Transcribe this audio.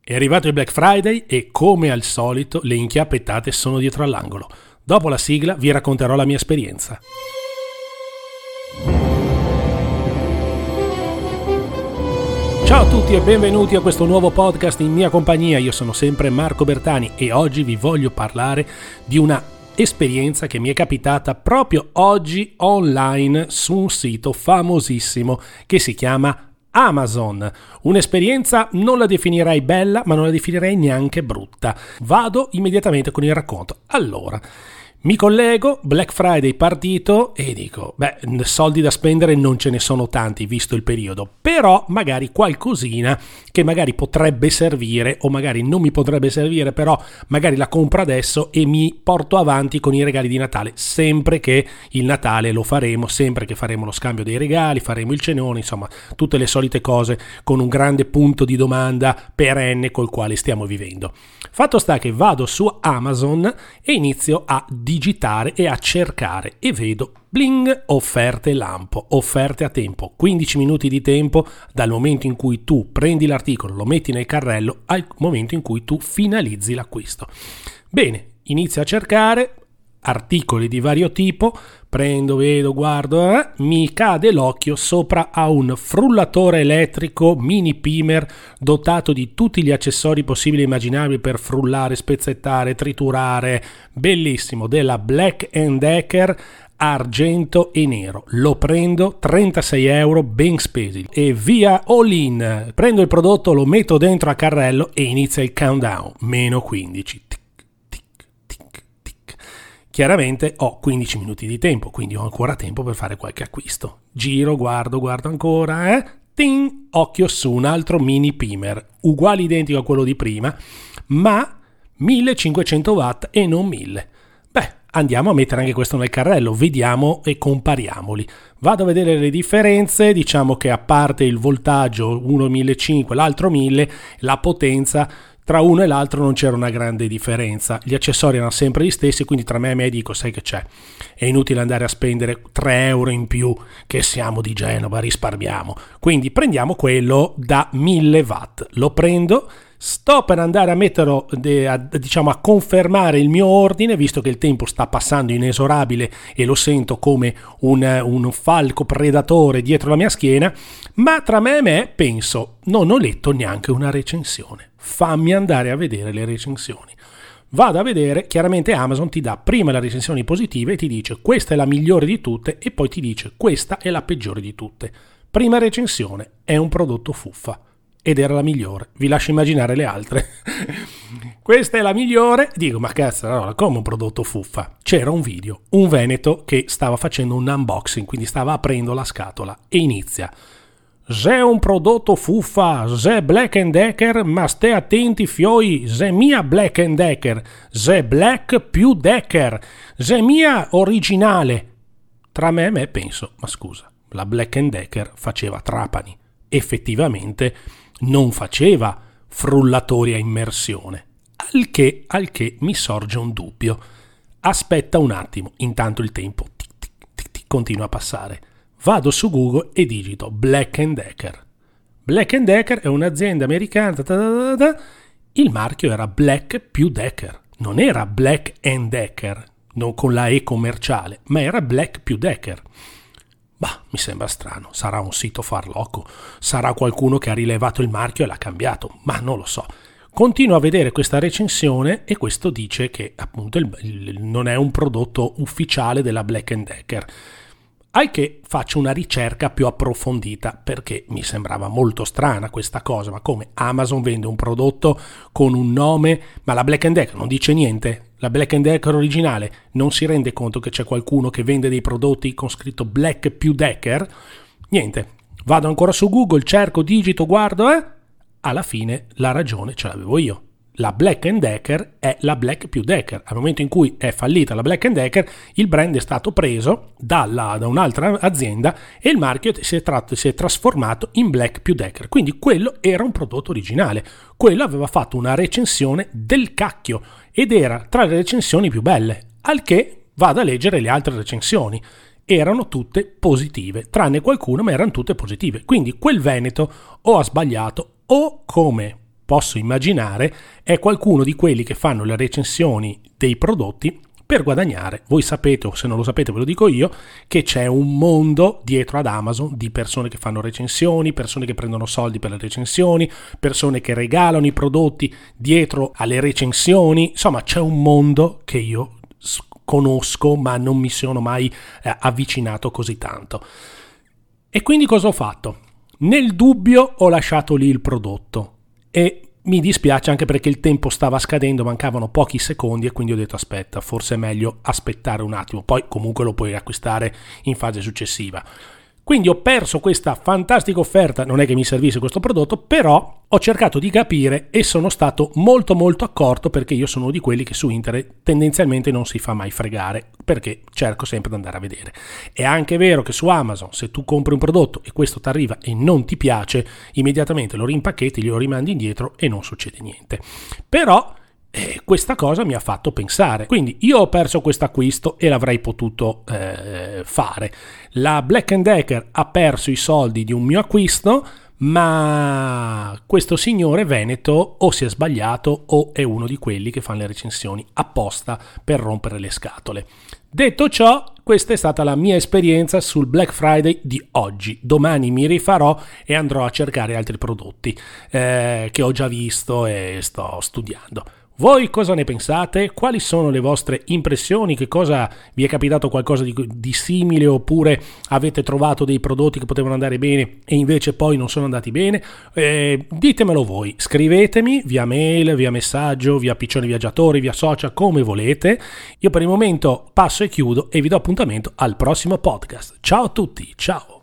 È arrivato il Black Friday e, come al solito, le inchiappettate sono dietro all'angolo. Dopo la sigla vi racconterò la mia esperienza. Ciao a tutti e benvenuti a questo nuovo podcast in mia compagnia. Io sono sempre Marco Bertani e oggi vi voglio parlare di una esperienza che mi è capitata proprio oggi online su un sito famosissimo che si chiama Amazon. Un'esperienza non la definirei bella, ma non la definirei neanche brutta. Vado immediatamente con il racconto. Allora, mi collego, Black Friday partito e dico, soldi da spendere non ce ne sono tanti visto il periodo, però magari qualcosina che magari potrebbe servire o magari non mi potrebbe servire, però magari la compro adesso e mi porto avanti con i regali di Natale, sempre che il Natale lo faremo, sempre che faremo lo scambio dei regali, faremo il cenone, insomma tutte le solite cose con un grande punto di domanda perenne col quale stiamo vivendo. Fatto sta che vado su Amazon e inizio a digitare e a cercare e vedo bling, offerte lampo, offerte a tempo, 15 minuti di tempo dal momento in cui tu prendi l'articolo, lo metti nel carrello al momento in cui tu finalizzi l'acquisto. Bene, inizio a cercare articoli di vario tipo, prendo, vedo, guardo, mi cade l'occhio sopra a un frullatore elettrico mini pimer dotato di tutti gli accessori possibili e immaginabili per frullare, spezzettare, triturare, bellissimo, della Black & Decker argento e nero. Lo prendo, 36 euro ben spesi e via all in. Prendo il prodotto, lo metto dentro a carrello e inizia il countdown, meno 15. Chiaramente ho 15 minuti di tempo, quindi ho ancora tempo per fare qualche acquisto. Giro, guardo ancora, Ting! Occhio su un altro mini pimer, uguale identico a quello di prima, ma 1500 watt e non 1000. Andiamo a mettere anche questo nel carrello, vediamo e compariamoli. Vado a vedere le differenze, diciamo che a parte il voltaggio, uno 1500, l'altro 1000, la potenza, tra uno e l'altro non c'era una grande differenza, gli accessori erano sempre gli stessi, quindi tra me e me dico, sai che c'è, è inutile andare a spendere 3 euro in più, che siamo di Genova, risparmiamo, quindi prendiamo quello da 1000 watt, lo prendo, sto per andare a metterlo, a confermare il mio ordine, visto che il tempo sta passando inesorabile e lo sento come un falco predatore dietro la mia schiena, ma tra me e me penso, non ho letto neanche una recensione. Fammi andare a vedere le recensioni. Vado a vedere, chiaramente Amazon ti dà prima le recensioni positive e ti dice questa è la migliore di tutte e poi ti dice questa è la peggiore di tutte. Prima recensione, è un prodotto fuffa. Ed era la migliore, vi lascio immaginare le altre. Questa è la migliore, dico ma cazzo, allora, come un prodotto fuffa? C'era un video, un veneto che stava facendo un unboxing, quindi stava aprendo la scatola e inizia: "Se un prodotto fuffa, se Black & Decker, ma stai attenti fioi, se mia Black & Decker, se Black più Decker, se mia originale." Tra me e me penso, ma scusa, la Black & Decker faceva trapani, effettivamente non faceva frullatori a immersione, al che mi sorge un dubbio. Aspetta un attimo, intanto il tempo continua a passare. Vado su Google e digito Black & Decker. Black & Decker è un'azienda americana, il marchio era Black più Decker, non era Black & Decker, non con la E commerciale, ma era Black più Decker. Mi sembra strano, sarà un sito farlocco, sarà qualcuno che ha rilevato il marchio e l'ha cambiato, ma non lo so. Continuo a vedere questa recensione e questo dice che appunto non è un prodotto ufficiale della Black & Decker. Al che faccio una ricerca più approfondita perché mi sembrava molto strana questa cosa, ma come Amazon vende un prodotto con un nome, ma la Black & Decker non dice niente? La Black & Decker originale non si rende conto che c'è qualcuno che vende dei prodotti con scritto Black più Decker? Niente, vado ancora su Google, cerco, digito, guardo, alla fine la ragione ce l'avevo io. La Black & Decker è la Black più Decker. Al momento in cui è fallita la Black & Decker, il brand è stato preso da un'altra azienda e il marchio si è trasformato in Black più Decker. Quindi quello era un prodotto originale. Quello aveva fatto una recensione del cacchio ed era tra le recensioni più belle. Al che vado a leggere le altre recensioni. Erano tutte positive, tranne qualcuno, ma erano tutte positive. Quindi quel Veneto o ha sbagliato o, come posso immaginare è qualcuno di quelli che fanno le recensioni dei prodotti per guadagnare. Voi sapete, o se non lo sapete ve lo dico io, che c'è un mondo dietro ad Amazon di persone che fanno recensioni, persone che prendono soldi per le recensioni, persone che regalano i prodotti dietro alle recensioni. Insomma, c'è un mondo che io conosco ma non mi sono mai avvicinato così tanto. E quindi cosa ho fatto? Nel dubbio ho lasciato lì il prodotto e mi dispiace anche perché il tempo stava scadendo, mancavano pochi secondi e quindi ho detto aspetta, forse è meglio aspettare un attimo, poi comunque lo puoi acquistare in fase successiva. Quindi ho perso questa fantastica offerta, non è che mi servisse questo prodotto, però ho cercato di capire e sono stato molto accorto, perché io sono di quelli che su internet tendenzialmente non si fa mai fregare, perché cerco sempre di andare a vedere. È anche vero che su Amazon, se tu compri un prodotto e questo ti arriva e non ti piace, immediatamente lo rimpacchetti, glielo rimandi indietro e non succede niente. Però questa cosa mi ha fatto pensare, quindi io ho perso questo acquisto e l'avrei potuto fare. La Black & Decker ha perso i soldi di un mio acquisto, ma questo signore veneto o si è sbagliato o è uno di quelli che fanno le recensioni apposta per rompere le scatole. Detto ciò, questa è stata la mia esperienza sul Black Friday di oggi. Domani mi rifarò e andrò a cercare altri prodotti che ho già visto e sto studiando. Voi cosa ne pensate? Quali sono le vostre impressioni? Che cosa vi è capitato, qualcosa di simile, oppure avete trovato dei prodotti che potevano andare bene e invece poi non sono andati bene? Ditemelo voi, scrivetemi via mail, via messaggio, via Piccioni Viaggiatori, via social, come volete. Io per il momento passo e chiudo e vi do appuntamento al prossimo podcast. Ciao a tutti, ciao!